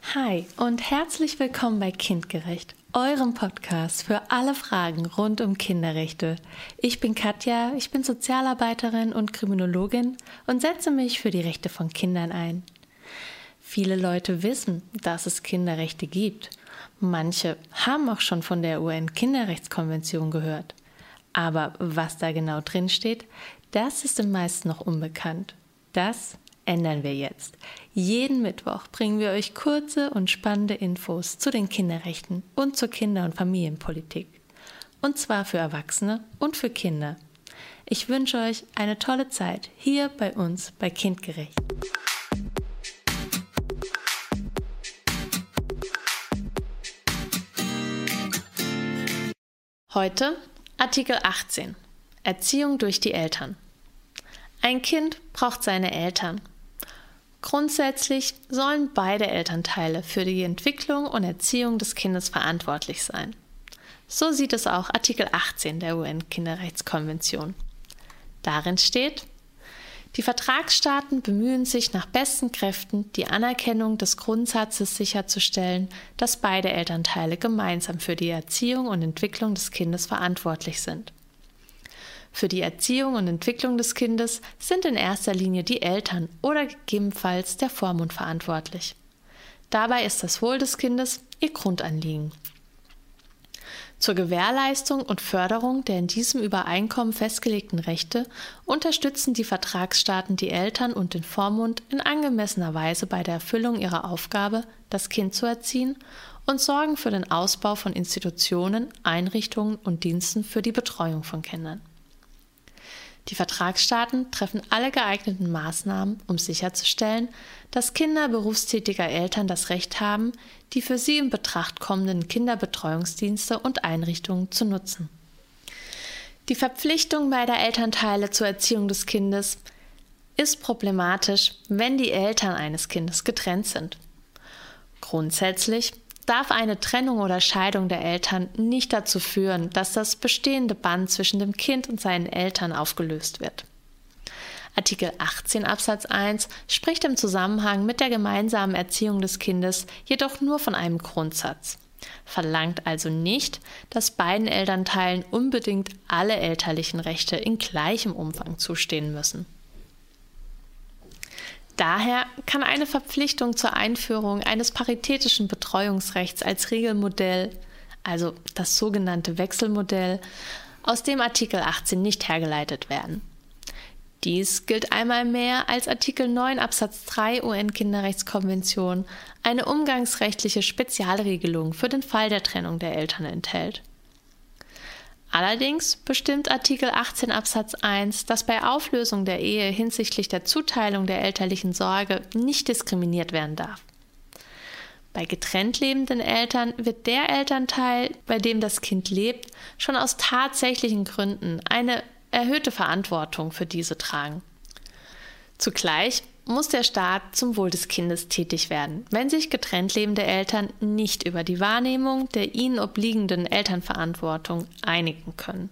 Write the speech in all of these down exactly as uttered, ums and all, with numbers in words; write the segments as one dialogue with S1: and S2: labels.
S1: Hi und herzlich willkommen bei Kindgerecht, eurem Podcast für alle Fragen rund um Kinderrechte. Ich bin Katja, ich bin Sozialarbeiterin und Kriminologin und setze mich für die Rechte von Kindern ein. Viele Leute wissen, dass es Kinderrechte gibt. Manche haben auch schon von der U N-Kinderrechtskonvention gehört. Aber was da genau drin steht, das ist den meisten noch unbekannt. Das ändern wir jetzt. Jeden Mittwoch bringen wir euch kurze und spannende Infos zu den Kinderrechten und zur Kinder- und Familienpolitik. Und zwar für Erwachsene und für Kinder. Ich wünsche euch eine tolle Zeit hier bei uns bei Kindgerecht. Heute Artikel achtzehn. Erziehung durch die Eltern. Ein Kind braucht seine Eltern. Grundsätzlich sollen beide Elternteile für die Entwicklung und Erziehung des Kindes verantwortlich sein. So sieht es auch Artikel achtzehn der U N-Kinderrechtskonvention. Darin steht: Die Vertragsstaaten bemühen sich nach besten Kräften, die Anerkennung des Grundsatzes sicherzustellen, dass beide Elternteile gemeinsam für die Erziehung und Entwicklung des Kindes verantwortlich sind. Für die Erziehung und Entwicklung des Kindes sind in erster Linie die Eltern oder gegebenenfalls der Vormund verantwortlich. Dabei ist das Wohl des Kindes ihr Grundanliegen. Zur Gewährleistung und Förderung der in diesem Übereinkommen festgelegten Rechte unterstützen die Vertragsstaaten die Eltern und den Vormund in angemessener Weise bei der Erfüllung ihrer Aufgabe, das Kind zu erziehen, und sorgen für den Ausbau von Institutionen, Einrichtungen und Diensten für die Betreuung von Kindern. Die Vertragsstaaten treffen alle geeigneten Maßnahmen, um sicherzustellen, dass Kinder berufstätiger Eltern das Recht haben, die für sie in Betracht kommenden Kinderbetreuungsdienste und Einrichtungen zu nutzen. Die Verpflichtung beider Elternteile zur Erziehung des Kindes ist problematisch, wenn die Eltern eines Kindes getrennt sind. Grundsätzlich darf eine Trennung oder Scheidung der Eltern nicht dazu führen, dass das bestehende Band zwischen dem Kind und seinen Eltern aufgelöst wird. Artikel achtzehn Absatz eins spricht im Zusammenhang mit der gemeinsamen Erziehung des Kindes jedoch nur von einem Grundsatz, verlangt also nicht, dass beiden Elternteilen unbedingt alle elterlichen Rechte in gleichem Umfang zustehen müssen. Daher kann eine Verpflichtung zur Einführung eines paritätischen Betreuungsrechts als Regelmodell, also das sogenannte Wechselmodell, aus dem Artikel achtzehn nicht hergeleitet werden. Dies gilt einmal mehr als Artikel neun Absatz drei U N-Kinderrechtskonvention eine umgangsrechtliche Spezialregelung für den Fall der Trennung der Eltern enthält. Allerdings bestimmt Artikel achtzehn Absatz eins, dass bei Auflösung der Ehe hinsichtlich der Zuteilung der elterlichen Sorge nicht diskriminiert werden darf. Bei getrennt lebenden Eltern wird der Elternteil, bei dem das Kind lebt, schon aus tatsächlichen Gründen eine erhöhte Verantwortung für diese tragen. Zugleich muss der Staat zum Wohl des Kindes tätig werden, wenn sich getrennt lebende Eltern nicht über die Wahrnehmung der ihnen obliegenden Elternverantwortung einigen können.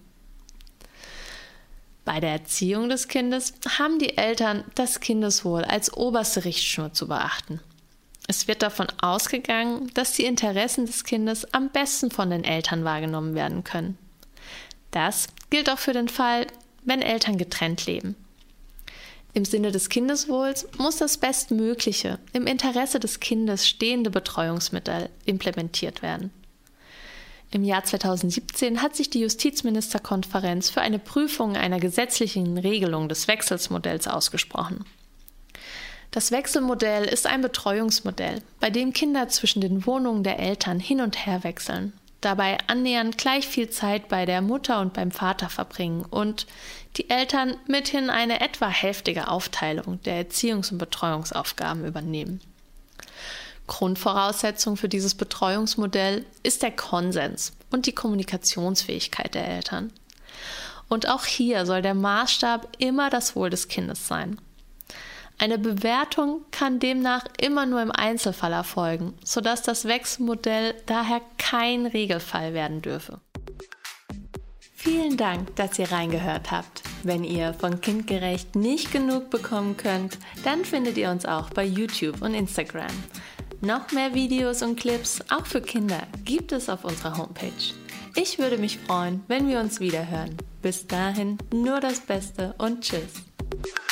S1: Bei der Erziehung des Kindes haben die Eltern das Kindeswohl als oberste Richtschnur zu beachten. Es wird davon ausgegangen, dass die Interessen des Kindes am besten von den Eltern wahrgenommen werden können. Das gilt auch für den Fall, wenn Eltern getrennt leben. Im Sinne des Kindeswohls muss das bestmögliche, im Interesse des Kindes stehende Betreuungsmittel implementiert werden. Im Jahr zweitausendsiebzehn hat sich die Justizministerkonferenz für eine Prüfung einer gesetzlichen Regelung des Wechselmodells ausgesprochen. Das Wechselmodell ist ein Betreuungsmodell, bei dem Kinder zwischen den Wohnungen der Eltern hin und her wechseln, dabei annähernd gleich viel Zeit bei der Mutter und beim Vater verbringen und die Eltern mithin eine etwa hälftige Aufteilung der Erziehungs- und Betreuungsaufgaben übernehmen. Grundvoraussetzung für dieses Betreuungsmodell ist der Konsens und die Kommunikationsfähigkeit der Eltern. Und auch hier soll der Maßstab immer das Wohl des Kindes sein. Eine Bewertung kann demnach immer nur im Einzelfall erfolgen, sodass das Wechselmodell daher kein Regelfall werden dürfe. Vielen Dank, dass ihr reingehört habt. Wenn ihr von Kindgerecht nicht genug bekommen könnt, dann findet ihr uns auch bei YouTube und Instagram. Noch mehr Videos und Clips, auch für Kinder, gibt es auf unserer Homepage. Ich würde mich freuen, wenn wir uns wieder hören. Bis dahin nur das Beste und tschüss.